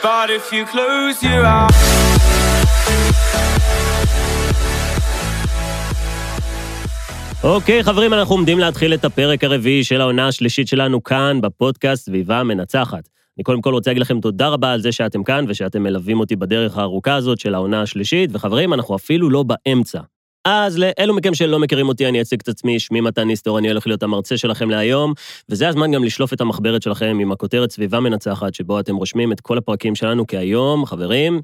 But if you close your eyes אוקיי, חברים, אנחנו עומדים להתחיל את הפרק הרביעי של העונה השלישית שלנו כאן בפודקאסט סביבה מנצחת. אני קודם כל רוצה להגיד לכם תודה רבה על זה שאתם כאן ושאתם מלווים אותי בדרך הארוכה הזאת של העונה השלישית, וחברים, אנחנו אפילו לא באמצע. אז לאלו מכם שלא מכירים אותי, אני אציג את עצמי, שמי מתן ניסטור, אני הולך להיות המרצה שלכם להיום, וזה הזמן גם לשלוף את המחברת שלכם עם הכותרת סביבה מנצחת, שבו אתם רושמים את כל הפרקים שלנו, כי היום, חברים,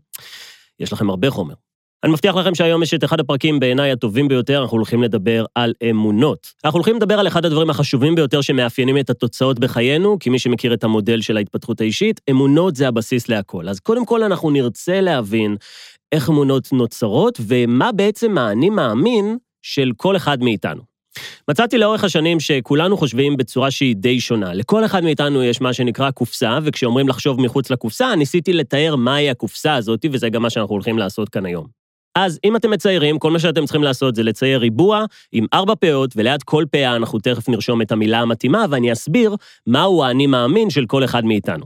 יש לכם הרבה חומר. אני מבטיח לכם שהיום יש את אחד הפרקים בעיניי הטובים ביותר, אנחנו הולכים לדבר על אמונות. אנחנו הולכים לדבר על אחד הדברים החשובים ביותר שמאפיינים את התוצאות בחיינו, כי מי שמכיר את המודל של ההתפתחות האישית, אמונות זה הבסיס להכל. אז קודם כל אנחנו נרצה להבין איך אמונות נוצרות, ומה בעצם האני מאמין של כל אחד מאיתנו. מצאתי לאורך השנים שכולנו חושבים בצורה שהיא די שונה. לכל אחד מאיתנו יש מה שנקרא קופסה, וכשאומרים לחשוב מחוץ לקופסה, ניסיתי לתאר מהי הקופסה הזאת, וזה גם מה שאנחנו הולכים לעשות כאן היום. אז אם אתם מציירים, כל מה שאתם צריכים לעשות זה לצייר ריבוע עם 4 פאות, וליד כל פאה אנחנו תכף נרשום את המילה המתאימה, ואני אסביר מהו האני מאמין של כל אחד מאיתנו.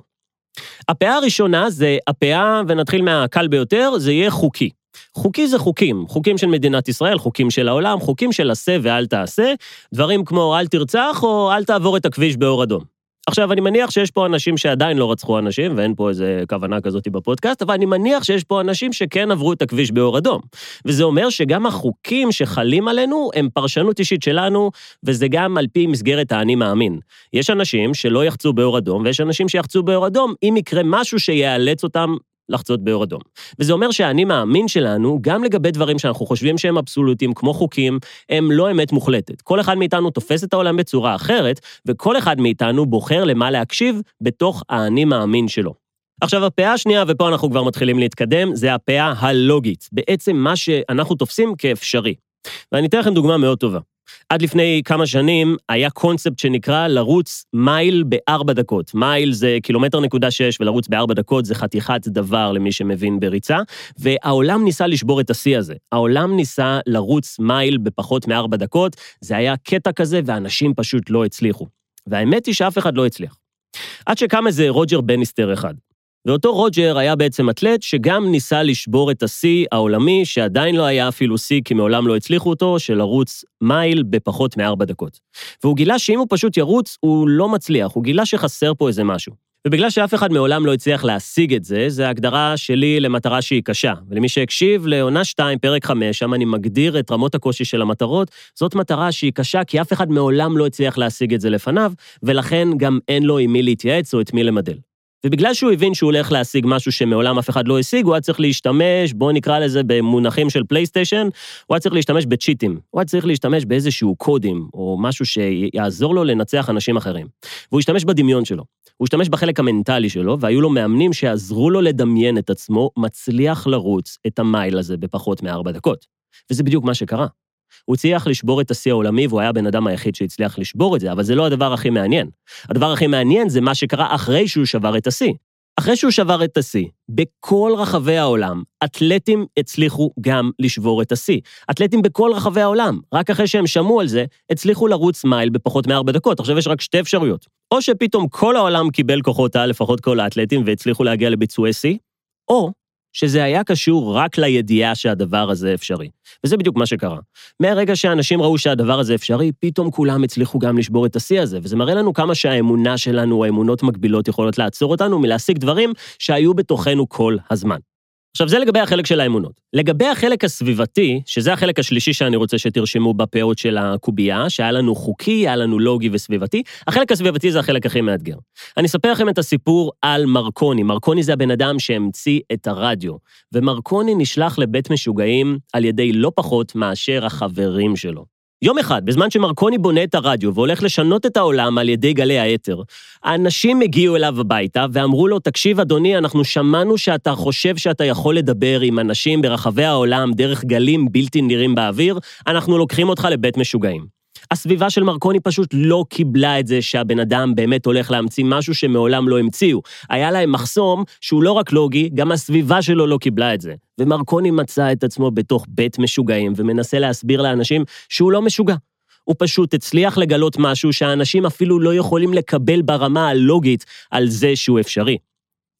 הפאה הראשונה זה הפאה, ונתחיל מהקל ביותר, זה יהיה חוקי. חוקי זה חוקים, חוקים של מדינת ישראל, חוקים של העולם, חוקים של עשה ואל תעשה, דברים כמו אל תרצח או אל תעבור את הכביש באור אדום. עכשיו, אני מניח שיש פה אנשים שעדיין לא רצחו אנשים, ואין פה איזה כוונה כזאת בפודקאסט, אבל אני מניח שיש פה אנשים שכן עברו את הכביש באור אדום. וזה אומר שגם החוקים שחלים עלינו הם פרשנות אישית שלנו, וזה גם על פי מסגרת האני מאמין. יש אנשים שלא יחצו באור אדום, ויש אנשים שיחצו באור אדום, אם יקרה משהו שיאלץ אותם לחצות באור אדום. וזה אומר שהאני מאמין שלנו, גם לגבי דברים שאנחנו חושבים שהם אבסולוטיים, כמו חוקים, הם לא אמת מוחלטת. כל אחד מאיתנו תופס את העולם בצורה אחרת, וכל אחד מאיתנו בוחר למה להקשיב בתוך האני מאמין שלו. עכשיו, הפאה השנייה, ופה אנחנו כבר מתחילים להתקדם, זה הפאה הלוגית. בעצם מה שאנחנו תופסים כאפשרי. ואני אתן לכם דוגמה מאוד טובה. עד לפני כמה שנים היה קונספט שנקרא לרוץ מייל ב4 דקות. מייל זה 1.6 קילומטר, ולרוץ ב4 דקות זה חתיכת דבר למי שמבין בריצה, והעולם ניסה לשבור את השיא הזה. העולם ניסה לרוץ מייל בפחות מ4 דקות, זה היה קטע כזה ואנשים פשוט לא הצליחו. והאמת היא שאף אחד לא הצליח. עד שקם איזה רוג'ר בניסטר אחד. ואותו רוג'ר היה בעצם אתלט שגם ניסה לשבור את השיא העולמי, שעדיין לא היה אפילו שיא, כי מעולם לא הצליחו אותו, של לרוץ מייל בפחות מ4 דקות. והוא גילה שאם הוא פשוט ירוץ, הוא לא מצליח, הוא גילה שחסר פה איזה משהו. ובגלל שאף אחד מעולם לא הצליח להשיג את זה, זה ההגדרה שלי למטרה שהיא קשה. ולמי שהקשיב לעונה 2, פרק 5, שם אני מגדיר את רמות הקושי של המטרות, זאת מטרה שהיא קשה, כי אף אחד מעולם לא הצליח להשיג את זה לפניו, ולכן גם אין לו עם מי להתייעץ או את מי למדל. ובגלל שהוא הבין שהוא הולך להשיג משהו שמעולם אף אחד לא השיג, הוא היה צריך להשתמש, בואו נקרא לזה במונחים של פלייסטיישן, הוא היה צריך להשתמש בצ'יטים, הוא היה צריך להשתמש באיזשהו קודים, או משהו שיעזור לו לנצח אנשים אחרים. והוא השתמש בדמיון שלו, הוא השתמש בחלק המנטלי שלו, והיו לו מאמנים שעזרו לו לדמיין את עצמו, מצליח לרוץ את המייל הזה בפחות מ4 דקות. וזה בדיוק מה שקרה. הוא הצליח לשבור את השיא העולמי, והוא היה בן אדם היחיד שהצליח לשבור את זה, אבל זה לא הדבר הכי מעניין. הדבר הכי מעניין זה מה שקרה אחרי שהוא שבר את השיא. אחרי שהוא שבר את השיא, בכל רחבי העולם, אתלטים הצליחו גם לשבור את השיא. אתלטים בכל רחבי העולם, רק אחרי שהם שמעו על זה, הצליחו לרוץ מייל בפחות מ4 דקות. עכשיו יש רק 2 אפשרויות. או שפתאום כל העולם קיבל כוחותה, לפחות כל האתלטים, והצליחו להגיע לביצועי שיא, או שזה היה קשור רק לידיעה שהדבר הזה אפשרי. וזה בדיוק מה שקרה. מהרגע שאנשים ראו שהדבר הזה אפשרי, פתאום כולם הצליחו גם לשבור את השיא הזה, וזה מראה לנו כמה שהאמונה שלנו, האמונות מקבילות, יכולות לעצור אותנו מלהשיג דברים שהיו בתוכנו כל הזמן. עכשיו, זה לגבי החלק של האמונות. לגבי החלק הסביבתי, שזה החלק השלישי שאני רוצה שתרשמו בפאות של הקובייה, שהיה לנו חוקי, היה לנו לוגי וסביבתי, החלק הסביבתי זה החלק הכי מאתגר. אני אספר לכם את הסיפור על מרקוני. מרקוני זה הבן אדם שהמציא את הרדיו, ומרקוני נשלח לבית משוגעים על ידי לא פחות מאשר החברים שלו. יום אחד, בזמן שמרקוני בונה את הרדיו והולך לשנות את העולם על ידי גלי היתר, האנשים הגיעו אליו הביתה ואמרו לו, תקשיב אדוני, אנחנו שמענו שאתה חושב שאתה יכול לדבר עם אנשים ברחבי העולם דרך גלים בלתי נראים באוויר, אנחנו לוקחים אותך לבית משוגעים. הסביבה של מרקוני פשוט לא קיבלה את זה שהבן אדם באמת הולך להמציא משהו שמעולם לא המציאו. היה להם מחסום שהוא לא רק לוגי, גם הסביבה שלו לא קיבלה את זה. ומרקוני מצא את עצמו בתוך בית משוגעים ומנסה להסביר לאנשים שהוא לא משוגע. הוא פשוט הצליח לגלות משהו שהאנשים אפילו לא יכולים לקבל ברמה הלוגית על זה שהוא אפשרי.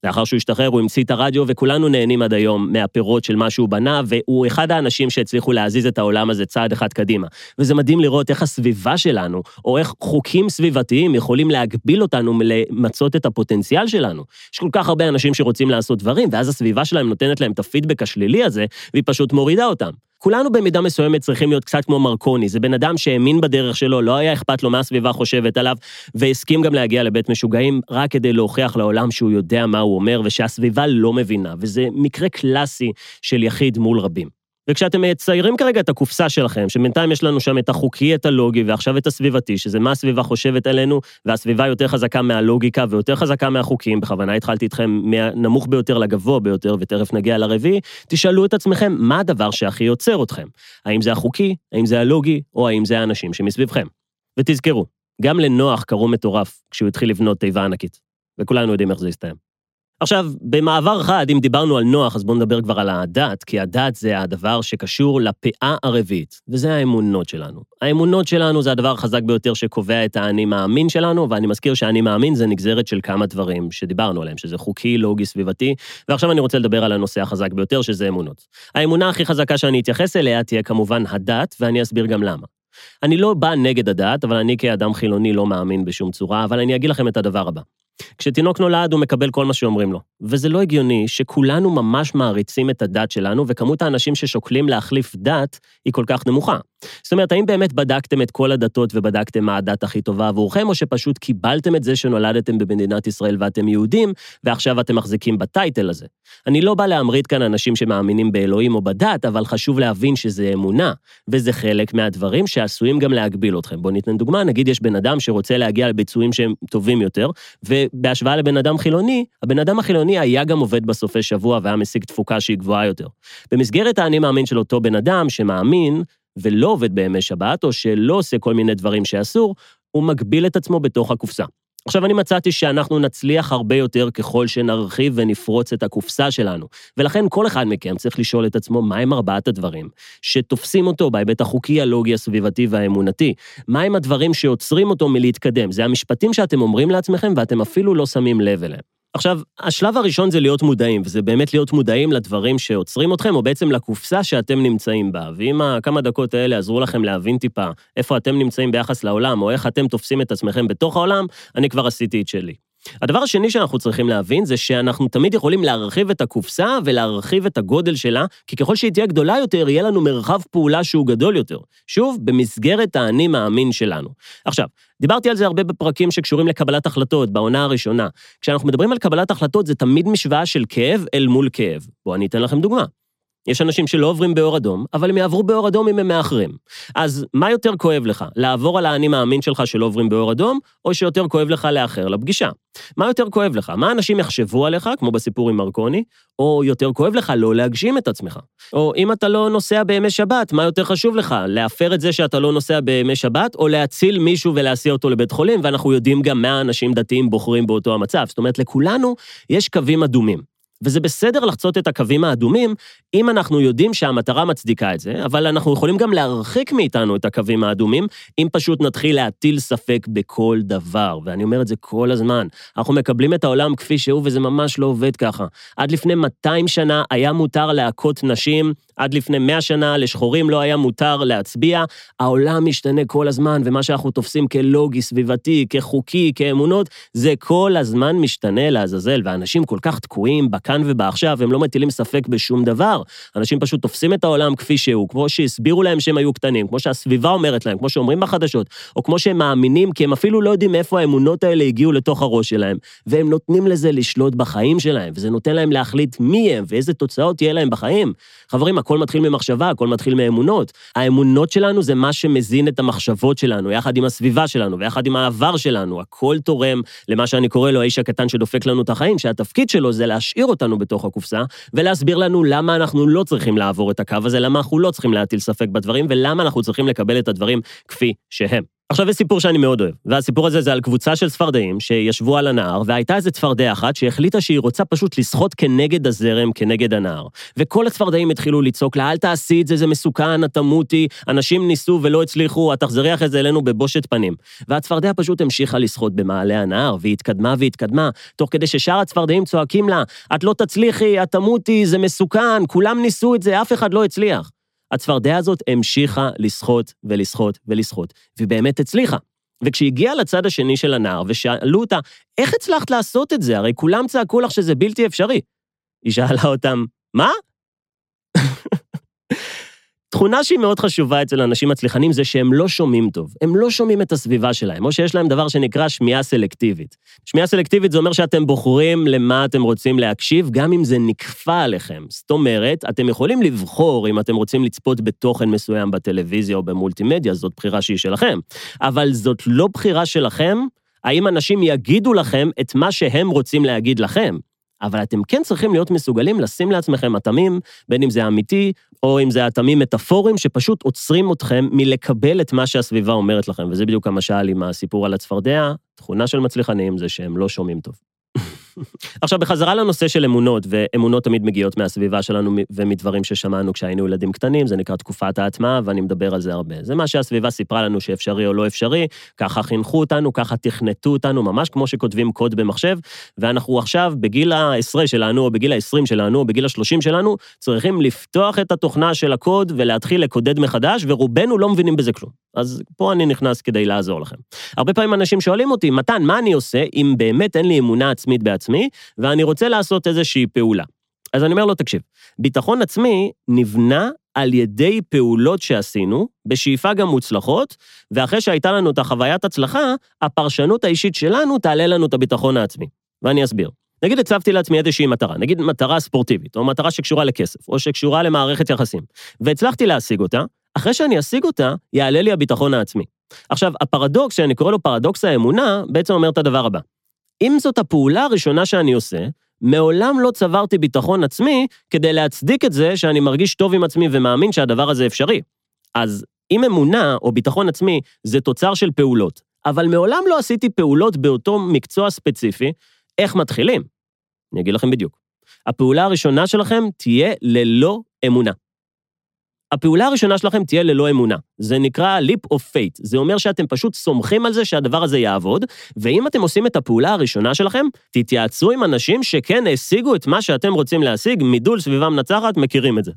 לאחר שהוא השתחרר, הוא המציא את הרדיו, וכולנו נהנים עד היום מהפירות של מה שהוא בנה, והוא אחד האנשים שהצליחו להזיז את העולם הזה צעד אחד קדימה. וזה מדהים לראות איך הסביבה שלנו, או איך חוקים סביבתיים יכולים להגביל אותנו למצות את הפוטנציאל שלנו. יש כל כך הרבה אנשים שרוצים לעשות דברים, ואז הסביבה שלהם נותנת להם את הפידבק השלילי הזה, והיא פשוט מורידה אותם. כולנו במידה מסוימת צריכים להיות קצת כמו מרקוני, זה בן אדם שהאמין בדרך שלו, לא היה אכפת לו מה הסביבה חושבת עליו, והסכים גם להגיע לבית משוגעים, רק כדי להוכיח לעולם שהוא יודע מה הוא אומר, ושהסביבה לא מבינה, וזה מקרה קלאסי של יחיד מול רבים. וכשאתם מציירים כרגע את הקופסה שלכם, שבינתיים יש לנו שם את החוקי, את הלוגי, ועכשיו את הסביבתי, שזה מה הסביבה חושבת עלינו, והסביבה יותר חזקה מהלוגיקה, ויותר חזקה מהחוקים, בכוונה התחלתי איתכם מהנמוך ביותר לגבוה ביותר, ותכף נגיע לרביעי, תשאלו את עצמכם מה הדבר שהכי יוצר אתכם. האם זה החוקי, האם זה הלוגי, או האם זה האנשים שמסביבכם. ותזכרו, גם לנוח קראו מטורף כשהוא התחיל לבנות תיבה ענקית, וכולנו יודעים איך זה יסתיים. עכשיו, במעבר אחד, אם דיברנו על נוח, אז בואו נדבר כבר על הדת, כי הדת זה הדבר שקשור לפאה הרביעית, וזה האמונות שלנו. האמונות שלנו זה הדבר החזק ביותר שקובע את האני מאמין שלנו, ואני מזכיר שהאני מאמין זה נגזרת של כמה דברים שדיברנו עליהם, שזה חוקי, לוגי, סביבתי, ועכשיו אני רוצה לדבר על הנושא החזק ביותר, שזה אמונות. האמונה הכי חזקה שאני אתייחס אליה תהיה כמובן הדת, ואני אסביר גם למה. אני לא בא נגד הדת, אבל אני כאדם חילוני לא מאמין בשום צורה, אבל אני אגיד לכם את הדבר הבא. כשתינוק נולד הוא מקבל כל מה שאומרים לו, וזה לא הגיוני שכולנו ממש מעריצים את הדת שלנו, וכמות האנשים ששוקלים להחליף דת היא כל כך נמוכה. זאת אומרת, האם באמת בדקתם את כל הדתות ובדקתם מה הדת הכי טובה עבורכם, או שפשוט קיבלתם את זה שנולדתם במדינת ישראל ואתם יהודים, ועכשיו אתם מחזיקים בטייטל הזה? אני לא בא להמריד כאן אנשים שמאמינים באלוהים או בדת, אבל חשוב להבין שזה אמונה, וזה חלק מהדברים שעשויים גם להגביל אתכם. בואו ניתן דוגמה, נגיד יש בן אדם שרוצה להגיע לביצועים שהם טובים יותר, ובהשוואה לבן אדם חילוני, הבן אדם החילוני היה גם עובד בסופי שבוע והיה משיג תפוקה שהיא גבוהה יותר. במסגרת האני מאמין של אותו בן אדם שמאמין ולא עובד בימי שבת, או שלא עושה כל מיני דברים שאסור, הוא מגביל את עצמו בתוך הקופסה. עכשיו אני מצאתי שאנחנו נצליח הרבה יותר ככל שנרחיב ונפרוץ את הקופסה שלנו, ולכן כל אחד מכם צריך לשאול את עצמו מהם 4 הדברים שתופסים אותו בהיבט החוקי, הלוגי, הסביבתי והאמונתי, מהם הדברים שיוצרים אותו מלהתקדם, זה המשפטים שאתם אומרים לעצמכם ואתם אפילו לא שמים לב אליהם. עכשיו, השלב הראשון זה להיות מודעים, וזה באמת להיות מודעים לדברים שעוצרים אתכם, או בעצם לקופסה שאתם נמצאים בה, ואם כמה דקות האלה עזרו לכם להבין טיפה איפה אתם נמצאים ביחס לעולם, או איך אתם תופסים את עצמכם בתוך העולם, אני כבר עשיתי את שלי. הדבר השני שאנחנו צריכים להבין זה שאנחנו תמיד יכולים להרחיב את הקופסה ולהרחיב את הגודל שלה, כי ככל שהיא תהיה גדולה יותר, יהיה לנו מרחב פעולה שהוא גדול יותר. שוב, במסגרת האני מאמין שלנו. עכשיו, דיברתי על זה הרבה בפרקים שקשורים לקבלת החלטות, בעונה הראשונה. כשאנחנו מדברים על קבלת החלטות, זה תמיד משוואה של כאב אל מול כאב. בואו אני אתן לכם דוגמה. יש אנשים שלא עוברים באור אדום, אבל הם יעברו באור אדום אם הם מאחרים. אז מה יותר כואב לך? לעבור על האני מאמין שלך שלא עוברים באור אדום, או שיותר כואב לך לאחר לפגישה? מה יותר כואב לך? מה אנשים יחשבו עליך, כמו בסיפור עם מרקוני, או יותר כואב לך לא להגשים את עצמך? או אם אתה לא נוסע בימי שבת, מה יותר חשוב לך? להפר את זה שאתה לא נוסע בימי שבת, או להציל מישהו ולהסיע אותו לבית חולים, ואנחנו יודעים גם מה אנשים דתיים בוחרים באותו המצב. זאת אומרת, לכולנו יש קווים אדומים. וזה בסדר לחצות את הקווים האדומים, אם אנחנו יודעים שהמטרה מצדיקה את זה, אבל אנחנו יכולים גם להרחיק מאיתנו את הקווים האדומים, אם פשוט נתחיל להטיל ספק בכל דבר, ואני אומר את זה כל הזמן. אנחנו מקבלים את העולם כפי שהוא, וזה ממש לא עובד ככה. עד לפני 200 שנה היה מותר להכות נשים, עד לפני 100 שנה לשחורים לא היה מותר להצביע, העולם משתנה כל הזמן, ומה שאנחנו תופסים כלוגי, סביבתי, כחוקי, כאמונות, זה כל הזמן משתנה לעזאזל, ואנשים כל כך תקועים בכאן ובעכשיו, הם לא מטילים ספק בשום דבר. אנשים פשוט תופסים את העולם כפי שהוא, כמו שהסבירו להם שהם היו קטנים, כמו שהסביבה אומרת להם, כמו שאומרים בחדשות, או כמו שהם מאמינים, כי הם אפילו לא יודעים מאיפה האמונות האלה הגיעו לתוך הראש שלהם, והם נותנים לזה לשלוט בחיים שלהם, וזה נותן להם להחליט מי הם, ואיזה תוצאות יהיה להם בחיים. חברים, הכל מתחיל ממחשבה, הכל מתחיל מאמונות. האמונות שלנו זה מה שמזין את המחשבות שלנו, יחד עם הסביבה שלנו, ויחד עם העבר שלנו. הכל תורם למה שאני קורא לו האיש הקטן שדופק לנו את החיים, שהתפקיד שלו זה להשאיר אותנו בתוך הקופסה, ולהסביר לנו למה אנחנו לא צריכים לעבור את הקו הזה, למה אנחנו לא צריכים להטיל ספק בדברים, ולמה אנחנו צריכים לקבל את הדברים כפי שהם. עכשיו יש סיפור שאני מאוד אוהב, והסיפור הזה זה על קבוצה של צפרדעים שישבו על הנהר, והייתה איזו צפרדע אחת שהחליטה שהיא רוצה פשוט לשחות כנגד הזרם, כנגד הנהר. וכל הצפרדעים התחילו לצעוק לה, אל תעשי את זה, זה מסוכן, את תמותי, אנשים ניסו ולא הצליחו, את תחזרי אחרי זה אלינו בבושת פנים. והצפרדע פשוט המשיכה לשחות במעלה הנהר, והיא התקדמה והתקדמה, תוך כדי ששאר הצפרדעים צועקים לה, את לא תצליחי, את תמותי, זה מסוכן, כולם ניסו את זה, אף אחד לא הצליח. הצפרדע הזאת המשיכה לשחות ולשחות ולשחות, והיא באמת הצליחה. וכשהגיעה לצד השני של הנהר ושאלו אותה, איך הצלחת לעשות את זה? הרי כולם צעקו לך שזה בלתי אפשרי. היא שאלה אותם, מה? תכונה שהיא מאוד חשובה אצל אנשים מצליחנים זה שהם לא שומעים טוב. הם לא שומעים את הסביבה שלהם, או שיש להם דבר שנקרא שמיעה סלקטיבית. שמיעה סלקטיבית זה אומר שאתם בוחרים למה אתם רוצים להקשיב, גם אם זה נקפה עליכם. זאת אומרת, אתם יכולים לבחור אם אתם רוצים לצפות בתוכן מסוים בטלוויזיה או במולטימדיה, זאת בחירה שהיא שלכם. אבל זאת לא בחירה שלכם, האם אנשים יגידו לכם את מה שהם רוצים להגיד לכם. אבל אתם כן צריכים להיות מסוגלים לשים לעצמכם אטמים, בין אם זה אמיתי, או אם זה אטמים מטאפוריים, שפשוט עוצרים אתכם מלקבל את מה שהסביבה אומרת לכם, וזה בדיוק המשל עם הסיפור על הצפרדע, תכונה של מצליחנים זה שהם לא שומעים טוב. עכשיו, בחזרה לנושא של אמונות, ואמונות תמיד מגיעות מהסביבה שלנו ומדברים ששמענו כשהיינו ילדים קטנים, זה נקרא תקופת ההטמעה, ואני מדבר על זה הרבה. זה מה שהסביבה סיפרה לנו שאפשרי או לא אפשרי, ככה חינכו אותנו, ככה תכנתו אותנו, ממש כמו שכותבים קוד במחשב, ואנחנו עכשיו בגיל ה-10 שלנו, או בגיל ה-20 שלנו, או בגיל ה-30 שלנו, צריכים לפתוח את התוכנה של הקוד ולהתחיל לקודד מחדש, ורובנו לא מבינים בזה כלום. אז פה אני נכנס כדי לעזור לכם. הרבה פעמים אנשים שואלים אותי, מתן, מה אני עושה אם באמת אין לי אמונה עצמית בעצמי, ואני רוצה לעשות איזושהי פעולה. אז אני אומר לו, תקשיב, ביטחון עצמי נבנה על ידי פעולות שעשינו, בשאיפה גם מוצלחות, ואחרי שהייתה לנו את החוויית הצלחה, הפרשנות האישית שלנו תעלה לנו את הביטחון העצמי. ואני אסביר. נגיד, הצבתי לעצמי איזושהי מטרה, נגיד מטרה ספורטיבית, או מטרה שקשורה לכסף, או שקשורה למערכת יחסים, והצלחתי להשיג אותה, אחרי שאני אשיג אותה, יעלה לי הביטחון העצמי. עכשיו, הפרדוקס, שאני קורא לו פרדוקס האמונה, בעצם אומר את הדבר הבא. אם זאת הפעולה הראשונה שאני עושה, מעולם לא צברתי ביטחון עצמי, כדי להצדיק את זה שאני מרגיש טוב עם עצמי ומאמין שהדבר הזה אפשרי. אז אם אמונה או ביטחון עצמי זה תוצר של פעולות, אבל מעולם לא עשיתי פעולות באותו מקצוע ספציפי, איך מתחילים? אני אגיד לכם בדיוק. הפעולה הראשונה שלכם תהיה ללא אמונה. הפעולה הראשונה שלכם תהיה ללא אמונה. זה נקרא leap of faith. זה אומר שאתם פשוט סומכים על זה שהדבר הזה יעבוד, ואם אתם עושים את הפעולה הראשונה שלכם, תתייעצו עם אנשים שכן השיגו את מה שאתם רוצים להשיג, מידול סביבה מנצחת, מכירים את זה.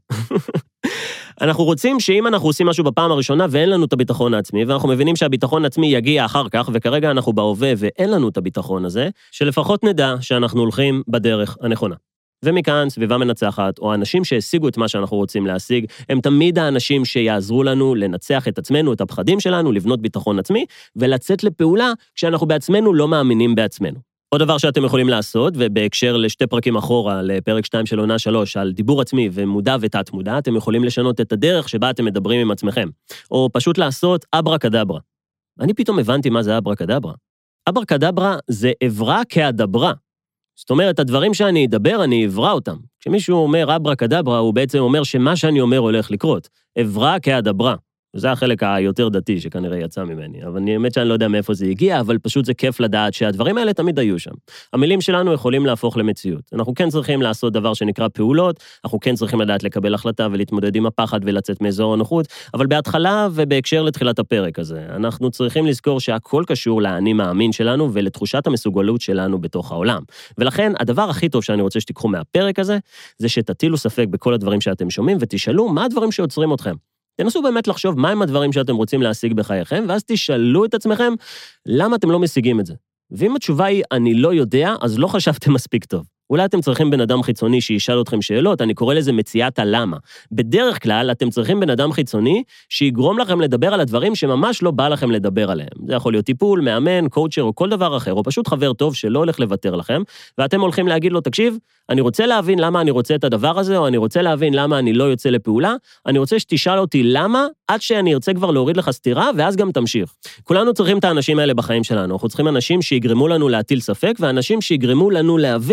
אנחנו רוצים שאם אנחנו עושים משהו בפעם הראשונה ואין לנו את הביטחון העצמי, ואנחנו מבינים שהביטחון העצמי יגיע אחר כך, וכרגע אנחנו בהווה ואין לנו את הביטחון הזה, שלפחות נדע שאנחנו הולכים בדרך הנכונה. ומכאן סביבה מנצחת, או האנשים שהשיגו את מה שאנחנו רוצים להשיג, הם תמיד האנשים שיעזרו לנו לנצח את עצמנו, את הפחדים שלנו, לבנות ביטחון עצמי, ולצאת לפעולה כשאנחנו בעצמנו לא מאמינים בעצמנו. עוד דבר שאתם יכולים לעשות, ובהקשר לשתי פרקים אחורה, לפרק 2 של עונה 3, על דיבור עצמי ומודע ותת מודע, אתם יכולים לשנות את הדרך שבה אתם מדברים עם עצמכם. או פשוט לעשות אברקדברה. אני פתאום הבנתי מה זה אברקדברה. אברקדברה זה עברה כהדברה. זאת אומרת, הדברים שאני אדבר, אני אברא אותם. כשמישהו אומר אברקדברה, הוא בעצם אומר שמה שאני אומר הולך לקרות. עברה כהדברה. וזה החלק היותר דתי שכנראה יצא ממני. אבל אני באמת שאני לא יודע מאיפה זה הגיע, אבל פשוט זה כיף לדעת שהדברים האלה תמיד היו שם. המילים שלנו יכולים להפוך למציאות. אנחנו כן צריכים לעשות דבר שנקרא פעולות, אנחנו כן צריכים לדעת לקבל החלטה ולהתמודד עם הפחד ולצאת מאזור הנוחות, אבל בהתחלה ובהקשר לתחילת הפרק הזה, אנחנו צריכים לזכור שהכל קשור לאני מאמין שלנו ולתחושת המסוגלות שלנו בתוך העולם. ולכן, הדבר הכי טוב שאני רוצה שתיקחו מהפרק הזה, זה שתטילו ספק בכל הדברים שאתם שומעים ותשאלו מה הדברים שעוצרים אתכם. תנסו באמת לחשוב מהם הדברים שאתם רוצים להשיג בחייכם, ואז תשאלו את עצמכם למה אתם לא משיגים את זה. ואם התשובה היא אני לא יודע, אז לא חשבתם מספיק טוב. אולי אתם צריכים בן אדם חיצוני שישאל אתכם שאלות, אני קורא לזה מציאת הלמה. בדרך כלל אתם צריכים בן אדם חיצוני שיגרום לכם לדבר על הדברים שממש לא בא לכם לדבר עליהם. זה יכול להיות טיפול, מאמן, קואוצ'ר או כל דבר אחר, או פשוט חבר טוב שלא הולך לוותר לכם, ואתם הולכים להגיד לו, תקשיב, אני רוצה להבין למה אני רוצה את הדבר הזה, או אני רוצה להבין למה אני לא יוצא לפעולה, אני רוצה שתשאל אותי למה, עד שאני ארצה כבר להוריד לך סתירה, ואז גם תמשיך. כולנו צריכים את האנשים האלה בחיים שלנו. אנחנו צריכים אנשים שיגרמו לנו להטיל ספק, ואנשים שיגרמו לנו להבין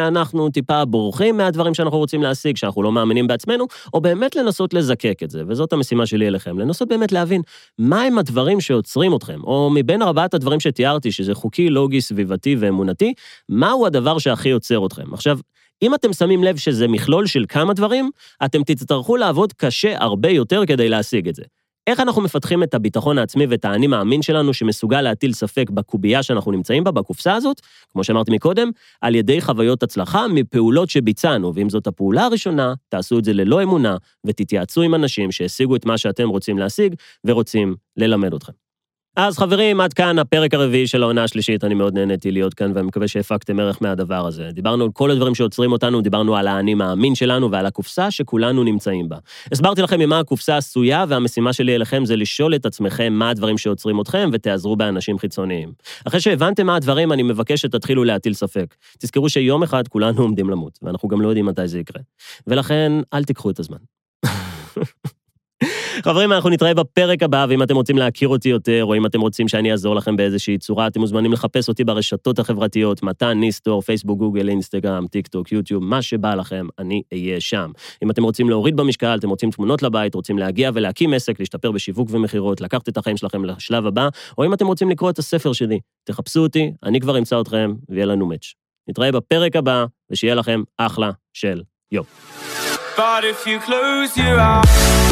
שאנחנו טיפה בורחים מהדברים שאנחנו רוצים להשיג, שאנחנו לא מאמינים בעצמנו, או באמת לנסות לזקק את זה, וזאת המשימה שלי אליכם, לנסות באמת להבין מהם הדברים שעוצרים אתכם, או מבין 4 הדברים שתיארתי, שזה חוקי, לוגי, סביבתי ואמונתי, מהו הדבר שהכי עוצר אתכם. עכשיו, אם אתם שמים לב שזה מכלול של כמה דברים, אתם תצטרכו לעבוד קשה הרבה יותר כדי להשיג את זה. איך אנחנו מפתחים את הביטחון העצמי ואת האני מאמין שלנו שמסוגל להטיל ספק בקובייה שאנחנו נמצאים בה, בקופסה הזאת, כמו שאמרתי מקודם, על ידי חוויות הצלחה מפעולות שביצענו, ואם זאת הפעולה הראשונה, תעשו את זה ללא אמונה, ותתייעצו עם אנשים שהשיגו את מה שאתם רוצים להשיג, ורוצים ללמד אתכם. אז חברים, עד כאן הפרק הרביעי של העונה השלישית, אני מאוד נהניתי להיות כאן, ואני מקווה שהפקתם ערך מהדבר הזה. דיברנו על כל הדברים שעוצרים אותנו, דיברנו על האני מאמין שלנו, ועל הקופסה שכולנו נמצאים בה. הסברתי לכם ממה הקופסה עשויה, והמשימה שלי אליכם זה לשאול את עצמכם מה הדברים שעוצרים אתכם, ותעזרו באנשים חיצוניים. אחרי שהבנתם מה הדברים, אני מבקש שתתחילו להטיל ספק. תזכרו שיום אחד כולנו עומדים למות, ואנחנו גם לא יודעים מתי זה יקרה. ולכן, אל תיקחו את הזמן. חברים, אנחנו נתראה בפרק הבא, ואם אתם רוצים להכיר אותי יותר, או אם אתם רוצים שאני אעזור לכם באיזושהי צורה, אתם מוזמנים לחפש אותי ברשתות החברתיות, מתן, ניסטור, פייסבוק, גוגל, אינסטגרם, טיק טוק, יוטיוב, מה שבא לכם, אני אהיה שם. אם אתם רוצים להוריד במשקל, אתם רוצים תמונות לבית, רוצים להגיע ולהקים עסק, להשתפר בשיווק ומחירות, לקחת את החיים שלכם לשלב הבא, או אם אתם רוצים לקרוא את הספר שלי, תחפשו אותי, אני כבר אמצא אתכם, ויהיה לנו מאץ'. נתראה בפרק הבא, ושיהיה לכם אחלה של יום. But if you close your eyes